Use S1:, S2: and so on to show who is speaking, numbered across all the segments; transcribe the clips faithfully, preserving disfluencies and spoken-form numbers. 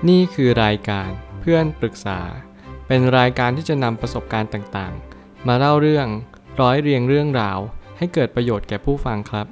S1: นี่คือรายการเพื่อนปรึกษาเป็นรายการที่จะนำประสบการณ์ต่างๆมาเล่าเรื่องร้อยเรียงเรื่องราวให้เกิดประโยชน์แก่ผู้ฟังครับ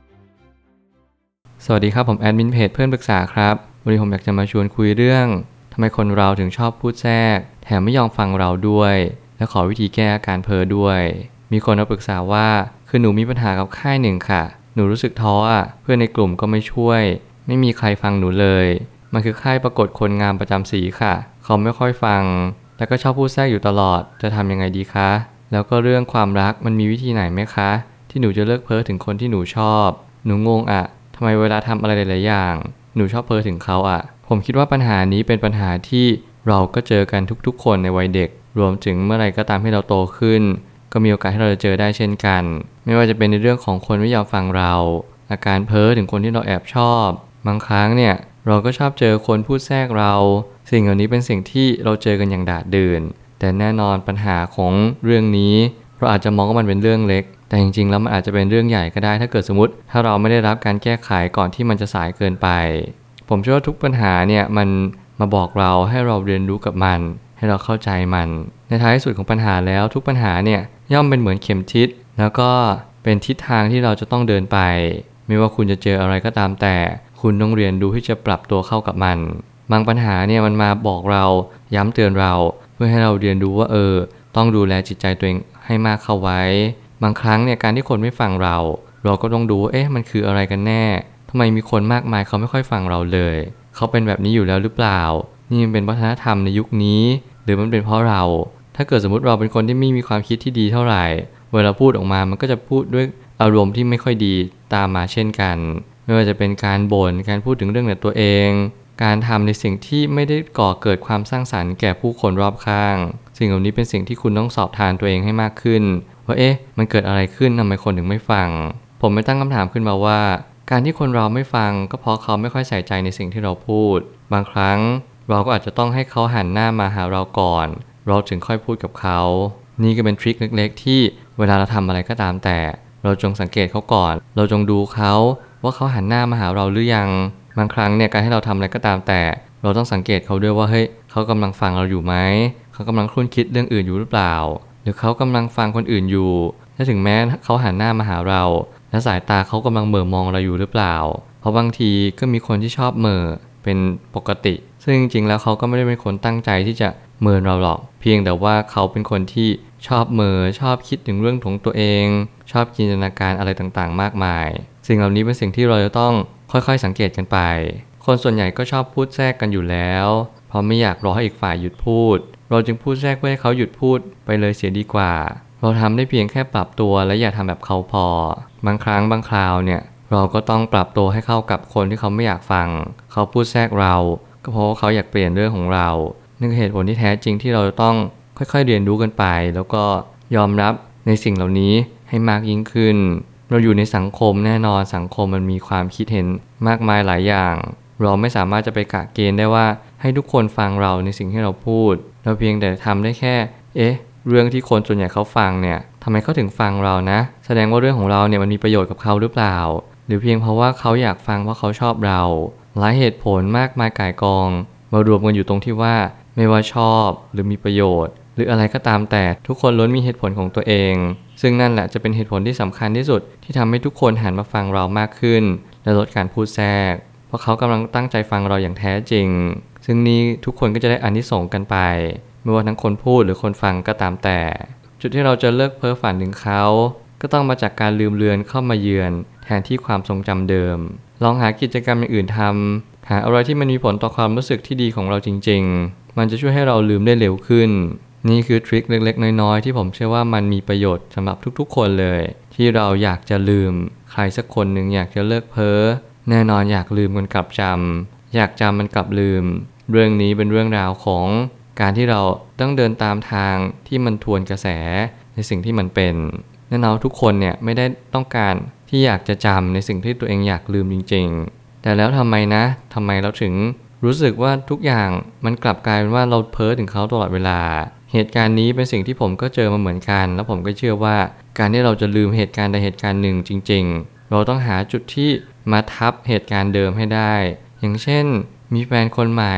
S1: สวัสดีครับผมแอดมินเพจเพื่อนปรึกษาครับวันนี้ผมอยากจะมาชวนคุยเรื่องทำไมคนเราถึงชอบพูดแทรกแถมไม่ยอมฟังเราด้วยและขอวิธีแก้อาการเพ้อด้วยมีคนมาปรึกษาว่าคือหนูมีปัญหากับค่ายหนึ่งค่ะหนูรู้สึกท้ออ่ะเพื่อนในกลุ่มก็ไม่ช่วยไม่มีใครฟังหนูเลยมันคือค่ายปรากฏคนงามประจำสีค่ะเขาไม่ค่อยฟังแล้วก็ชอบพูดแทรกอยู่ตลอดจะทำยังไงดีคะแล้วก็เรื่องความรักมันมีวิธีไหนไหมคะที่หนูจะเลิกเพ้อถึงคนที่หนูชอบหนูงงอ่ะทำไมเวลาทำอะไรหลายๆอย่างหนูชอบเพ้อถึงเขาอ่ะผมคิดว่าปัญหานี้เป็นปัญหาที่เราก็เจอกันทุกๆคนในวัยเด็กรวมถึงเมื่อไรก็ตามที่เราโตขึ้นก็มีโอกาสให้เราจะเจอได้เช่นกันไม่ว่าจะเป็นในเรื่องของคนไม่ยอมฟังเราอาการเพ้อถึงคนที่เราแอบชอบบางครั้งเนี่ยเราก็ชอบเจอคนพูดแทรกเราสิ่งเหล่านี้เป็นสิ่งที่เราเจอกันอย่างดาดดื่นแต่แน่นอนปัญหาของเรื่องนี้เราอาจจะมองว่ามันเป็นเรื่องเล็กแต่จริงๆแล้วมันอาจจะเป็นเรื่องใหญ่ก็ได้ถ้าเกิดสมมติถ้าเราไม่ได้รับการแก้ไขก่อนที่มันจะสายเกินไปผมเชื่อว่าทุกปัญหาเนี่ยมันมาบอกเราให้เราเรียนรู้กับมันให้เราเข้าใจมันในท้ายสุดของปัญหาแล้วทุกปัญหาเนี่ยย่อมเป็นเหมือนเข็มทิศแล้วก็เป็นทิศทางที่เราจะต้องเดินไปไม่ว่าคุณจะเจออะไรก็ตามแต่คุณต้องเรียนรู้ที่จะปรับตัวเข้ากับมันบางปัญหาเนี่ยมันมาบอกเราย้ำเตือนเราเพื่อให้เราเรียนรู้ว่าเออต้องดูแลจิตใจตัวเองให้มากเข้าไว้บางครั้งเนี่ยการที่คนไม่ฟังเราเราก็ต้องดูว่าเอ๊ะมันคืออะไรกันแน่ทำไมมีคนมากมายเขาไม่ค่อยฟังเราเลยเขาเป็นแบบนี้อยู่แล้วหรือเปล่านี่มันเป็นวัฒนธรรมในยุคนี้หรือมันเป็นเพราะเราถ้าเกิดสมมติเราเป็นคนที่ไม่มีความคิดที่ดีเท่าไหร่เวลาพูดออกมามันก็จะพูดด้วยอารมณ์ที่ไม่ค่อยดีตามมาเช่นกันไม่ว่าจะเป็นการบ่นการพูดถึงเรื่องแต่ตัวเองการทำในสิ่งที่ไม่ได้ก่อเกิดความสร้างสรรค์แก่ผู้คนรอบข้างสิ่งเหล่านี้เป็นสิ่งที่คุณต้องสอบทานตัวเองให้มากขึ้นว่าเอ๊ะมันเกิดอะไรขึ้นทำไมคนถึงไม่ฟังผมไม่ตั้งคำถามขึ้นมาว่าการที่คนเราไม่ฟังก็เพราะเขาไม่ค่อยใส่ใจในสิ่งที่เราพูดบางครั้งเราก็อาจจะต้องให้เขาหันหน้ามาหาเราก่อนเราถึงค่อยพูดกับเขานี่ก็เป็นทริคเล็กๆที่เวลาเราทำอะไรก็ตามแต่เราจงสังเกตเขาก่อนเราจงดูเขาว่าเขาหันหน้ามาหาเราหรือยังบางครั้งเนี่ยการให้เราทำอะไรก็ตามแต่เราต้องสังเกตเขาด้วยว่าเฮ้ยเขากำลังฟังเราอยู่ไหมเขากำลังครุ่นคิดเรื่องอื่นอยู่หรือเปล่าหรือเขากำลังฟังคนอื่นอยู่ถ้าถึงแม้เขาหันหน้ามาหาเราและสายตาเขากำลังเหม่อมองเราอยู่หรือเปล่าเพราะบางทีก็มีคนที่ชอบเหม่อเป็นปกติซึ่งจริงๆแล้วเขาก็ไม่ได้เป็นคนตั้งใจที่จะเหม่อเราหรอกเพียงแต่ว่าเขาเป็นคนที่ชอบเหม่อชอบคิดถึงเรื่องของตัวเองชอบจินตนาการอะไรต่างๆมากมายสิ่งเหล่านี้เป็นสิ่งที่เราจะต้องค่อยๆสังเกตกันไปคนส่วนใหญ่ก็ชอบพูดแทรกกันอยู่แล้วเพราะไม่อยากรอให้อีกฝ่ายหยุดพูดเราจึงพูดแทรกเพื่อให้เขาหยุดพูดไปเลยเสียดีกว่าเราทำได้เพียงแค่ปรับตัวและอย่าทำแบบเขาพอบางครั้งบางคราวเนี่ยเราก็ต้องปรับตัวให้เข้ากับคนที่เขาไม่อยากฟังเขาพูดแทรกเราก็เพราะว่าเขาอยากเปลี่ยนเรื่องของเรานั่นคือเหตุผลที่แท้จริงที่เราต้องค่อยๆเรียนรู้กันไปแล้วก็ยอมรับในสิ่งเหล่านี้ให้มากยิ่งขึ้นเราอยู่ในสังคมแน่นอนสังคมมันมีความคิดเห็นมากมายหลายอย่างเราไม่สามารถจะไปกะเกณฑ์ได้ว่าให้ทุกคนฟังเราในสิ่งที่เราพูดเราเพียงแต่ทำได้แค่เอ๊ะเรื่องที่คนส่วนใหญ่เขาฟังเนี่ยทำไมเขาถึงฟังเรานะแสดงว่าเรื่องของเราเนี่ยมันมีประโยชน์กับเขาหรือเปล่าหรือเพียงเพราะว่าเขาอยากฟังเพราะเขาชอบเราหลายเหตุผลมากมายก่ายกองมารวมกันอยู่ตรงที่ว่าไม่ว่าชอบหรือมีประโยชน์หรืออะไรก็ตามแต่ทุกคนล้วนมีเหตุผลของตัวเองซึ่งนั่นแหละจะเป็นเหตุผลที่สำคัญที่สุดที่ทำให้ทุกคนหันมาฟังเรามากขึ้นและลดการพูดแทรกเพราะเขากำลังตั้งใจฟังเราอย่างแท้จริงซึ่งนี้ทุกคนก็จะได้อานิสงส์กันไปไม่ว่าทั้งคนพูดหรือคนฟังก็ตามแต่จุดที่เราจะเลิกเพ้อฝันถึงเขาก็ต้องมาจากการลืมเลือนเข้ามาเยือนแทนที่ความทรงจำเดิมลองหากิจกรรมอย่างอื่นทำหาอะไรที่มันมีผลต่อความรู้สึกที่ดีของเราจริงๆมันจะช่วยให้เราลืมได้เร็วขึ้นนี่คือทริคเล็กๆน้อยๆที่ผมเชื่อว่ามันมีประโยชน์สำหรับทุกๆคนเลยที่เราอยากจะลืมใครสักคนหนึ่งอยากจะเลิกเพ้อแน่นอนอยากลืมมันกลับจำอยากจำมันกลับลืมเรื่องนี้เป็นเรื่องราวของการที่เราต้องเดินตามทางที่มันทวนกระแสในสิ่งที่มันเป็นแน่นอนทุกคนเนี่ยไม่ได้ต้องการที่อยากจะจำในสิ่งที่ตัวเองอยากลืมจริงๆแต่แล้วทำไมนะทำไมเราถึงรู้สึกว่าทุกอย่างมันกลับกลายเป็นว่าเราเพ้อถึงเขาตลอดเวลาเหตุการณ์นี้เป็นสิ่งที่ผมก็เจอมาเหมือนกันแล้วผมก็เชื่อว่าการที่เราจะลืมเหตุการณ์ใดเหตุการณ์หนึ่งจริงๆเราต้องหาจุดที่มาทับเหตุการณ์เดิมให้ได้อย่างเช่นมีแฟนคนใหม่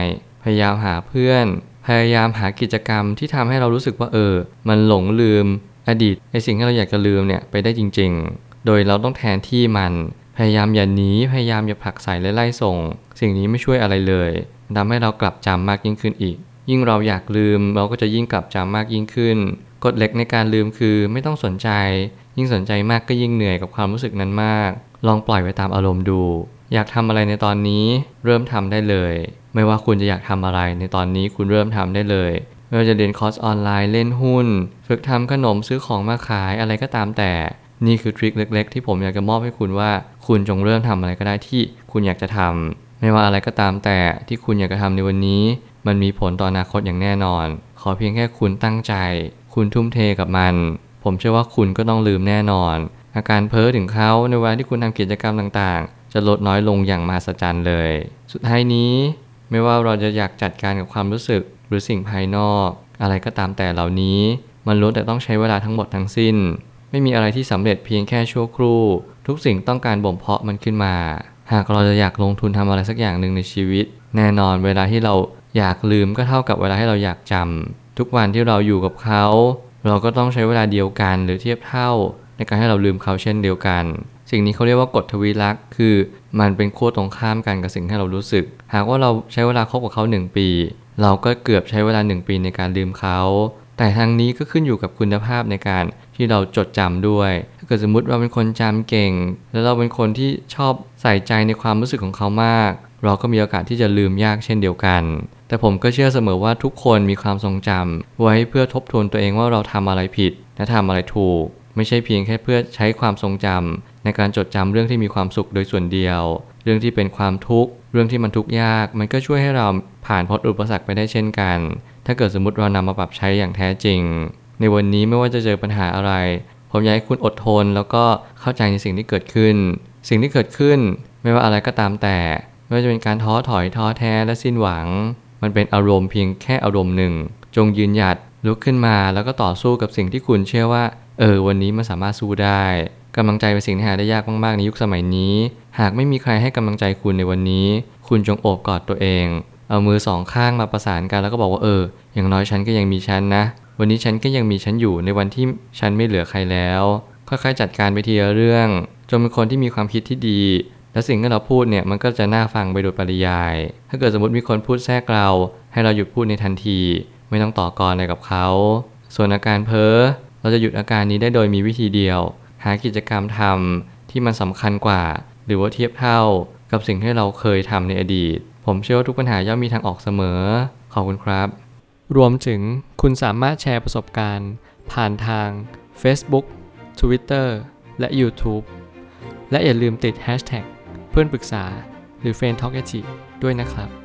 S1: พยายามหาเพื่อนพยายามหากิจกรรมที่ทำให้เรารู้สึกว่าเออมันหลงลืมอดีตไอสิ่งที่เราอยากจะลืมเนี่ยไปได้จริงๆโดยเราต้องแทนที่มันพยายามอย่าหนีพยายามอย่าผลักไสและไล่ส่งสิ่งนี้ไม่ช่วยอะไรเลยทำให้เรากลับจำมากยิ่งขึ้นอีกยิ่งเราอยากลืมเราก็จะยิ่งกลับจำมากยิ่งขึ้นกฎเหล็กในการลืมคือไม่ต้องสนใจยิ่งสนใจมากก็ยิ่งเหนื่อยกับความรู้สึกนั้นมากลองปล่อยไปตามอารมณ์ดูอยากทำอะไรในตอนนี้เริ่มทำได้เลยไม่ว่าคุณจะอยากทำอะไรในตอนนี้คุณเริ่มทำได้เลยไม่ว่าจะเรียนคอร์สออนไลน์เล่นหุ้นฝึกทำขนมซื้อของมาขายอะไรก็ตามแต่นี่คือทริคเล็กๆที่ผมอยากจะมอบให้คุณว่าคุณจงเริ่มทำอะไรก็ได้ที่คุณอยากจะทำไม่ว่าอะไรก็ตามแต่ที่คุณอยากจะทำในวันนี้มันมีผลต่ออนาคตอย่างแน่นอนขอเพียงแค่คุณตั้งใจคุณทุ่มเทกับมันผมเชื่อว่าคุณก็ต้องลืมแน่นอนอาการเพ้อถึงเขาในเวลาที่คุณทำกิจกรรมต่างๆจะลดน้อยลงอย่างมหัศจรรย์เลยสุดท้ายนี้ไม่ว่าเราจะอยากจัดการกับความรู้สึกหรือสิ่งภายนอกอะไรก็ตามแต่เหล่านี้มันล้วนแต่ต้องใช้เวลาทั้งหมดทั้งสิ้นไม่มีอะไรที่สำเร็จเพียงแค่ชั่วครู่ทุกสิ่งต้องการบ่มเพาะมันขึ้นมาหากเราจะอยากลงทุนทำอะไรสักอย่างหนึ่งในชีวิตแน่นอนเวลาที่เราอยากลืมก็เท่ากับเวลาที่เราอยากจำทุกวันที่เราอยู่กับเขาเราก็ต้องใช้เวลาเดียวกันหรือเทียบเท่าในการให้เราลืมเขาเช่นเดียวกันสิ่งนี้เขาเรียกว่ากฎทวีลักษณ์คือมันเป็นขั้วตรงข้ามกันกับสิ่งที่เรารู้สึกหากว่าเราใช้เวลาคบกับเขาหนึ่งปีเราก็เกือบใช้เวลาหนึ่งปีในการลืมเขาแต่ทางนี้ก็ขึ้นอยู่กับคุณภาพในการที่เราจดจำด้วยถ้าเกิดสมมุติเราเป็นคนจำเก่งแล้วเราเป็นคนที่ชอบใส่ใจในความรู้สึกของเขามากเราก็มีโอกาสที่จะลืมยากเช่นเดียวกันแต่ผมก็เชื่อเสมอว่าทุกคนมีความทรงจำไว้เพื่อทบทวนตัวเองว่าเราทำอะไรผิดและทำอะไรถูกไม่ใช่เพียงแค่เพื่อใช้ความทรงจำในการจดจำเรื่องที่มีความสุขโดยส่วนเดียวเรื่องที่เป็นความทุกข์เรื่องที่มันทุกข์ยากมันก็ช่วยให้เราผ่านพ้นอุปสรรคไปได้เช่นกันถ้าเกิดสมมติเรานำมาปรับใช้อย่างแท้จริงในวันนี้ไม่ว่าจะเจอปัญหาอะไรผมอยากให้คุณอดทนแล้วก็เข้าใจในสิ่งที่เกิดขึ้นสิ่งที่เกิดขึ้นไม่ว่าอะไรก็ตามแต่ไม่ว่าจะเป็นการท้อถอยท้อแท้และสิ้นหวังมันเป็นอารมณ์เพียงแค่อารมณ์หนึ่งจงยืนหยัดลุกขึ้นมาแล้วก็ต่อสู้กับสิ่งที่คุณเชื่อว่าเออวันนี้มันสามารถสู้ได้กำลังใจเป็นสิ่งที่หาได้ยากมากๆในยุคสมัยนี้หากไม่มีใครให้กำลังใจคุณในวันนี้คุณจงโอบกอดตัวเองเอามือสองข้างมาประสานกันแล้วก็บอกว่าเอออย่างน้อยฉันก็ยังมีฉันนะวันนี้ฉันก็ยังมีฉันอยู่ในวันที่ฉันไม่เหลือใครแล้วค่อยๆจัดการไปทีละเรื่องจงเป็นคนที่มีความคิดที่ดีและสิ่งที่เราพูดเนี่ยมันก็จะน่าฟังไปโดยปริยายถ้าเกิดสมมติมีคนพูดแทรกเราให้เราหยุดพูดในทันทีไม่ต้องต่อกรอะไรกับเขาส่วนอาการเพ้อเราจะหยุดอาการนี้ได้โดยมีวิธีเดียวหากิจกรรมทำที่มันสำคัญกว่าหรือว่าเทียบเท่ากับสิ่งที่เราเคยทำในอดีตผมเชื่อว่าทุกปัญหาย่อมมีทางออกเสมอขอบคุณครับรวมถึงคุณสามารถแชร์ประสบการณ์ผ่านทาง Facebook Twitter และ YouTube และอย่าลืมติด แฮชแท็ก เพื่อนปรึกษาหรือ เฟรนด์ ทอล์ก ด้วยนะครับ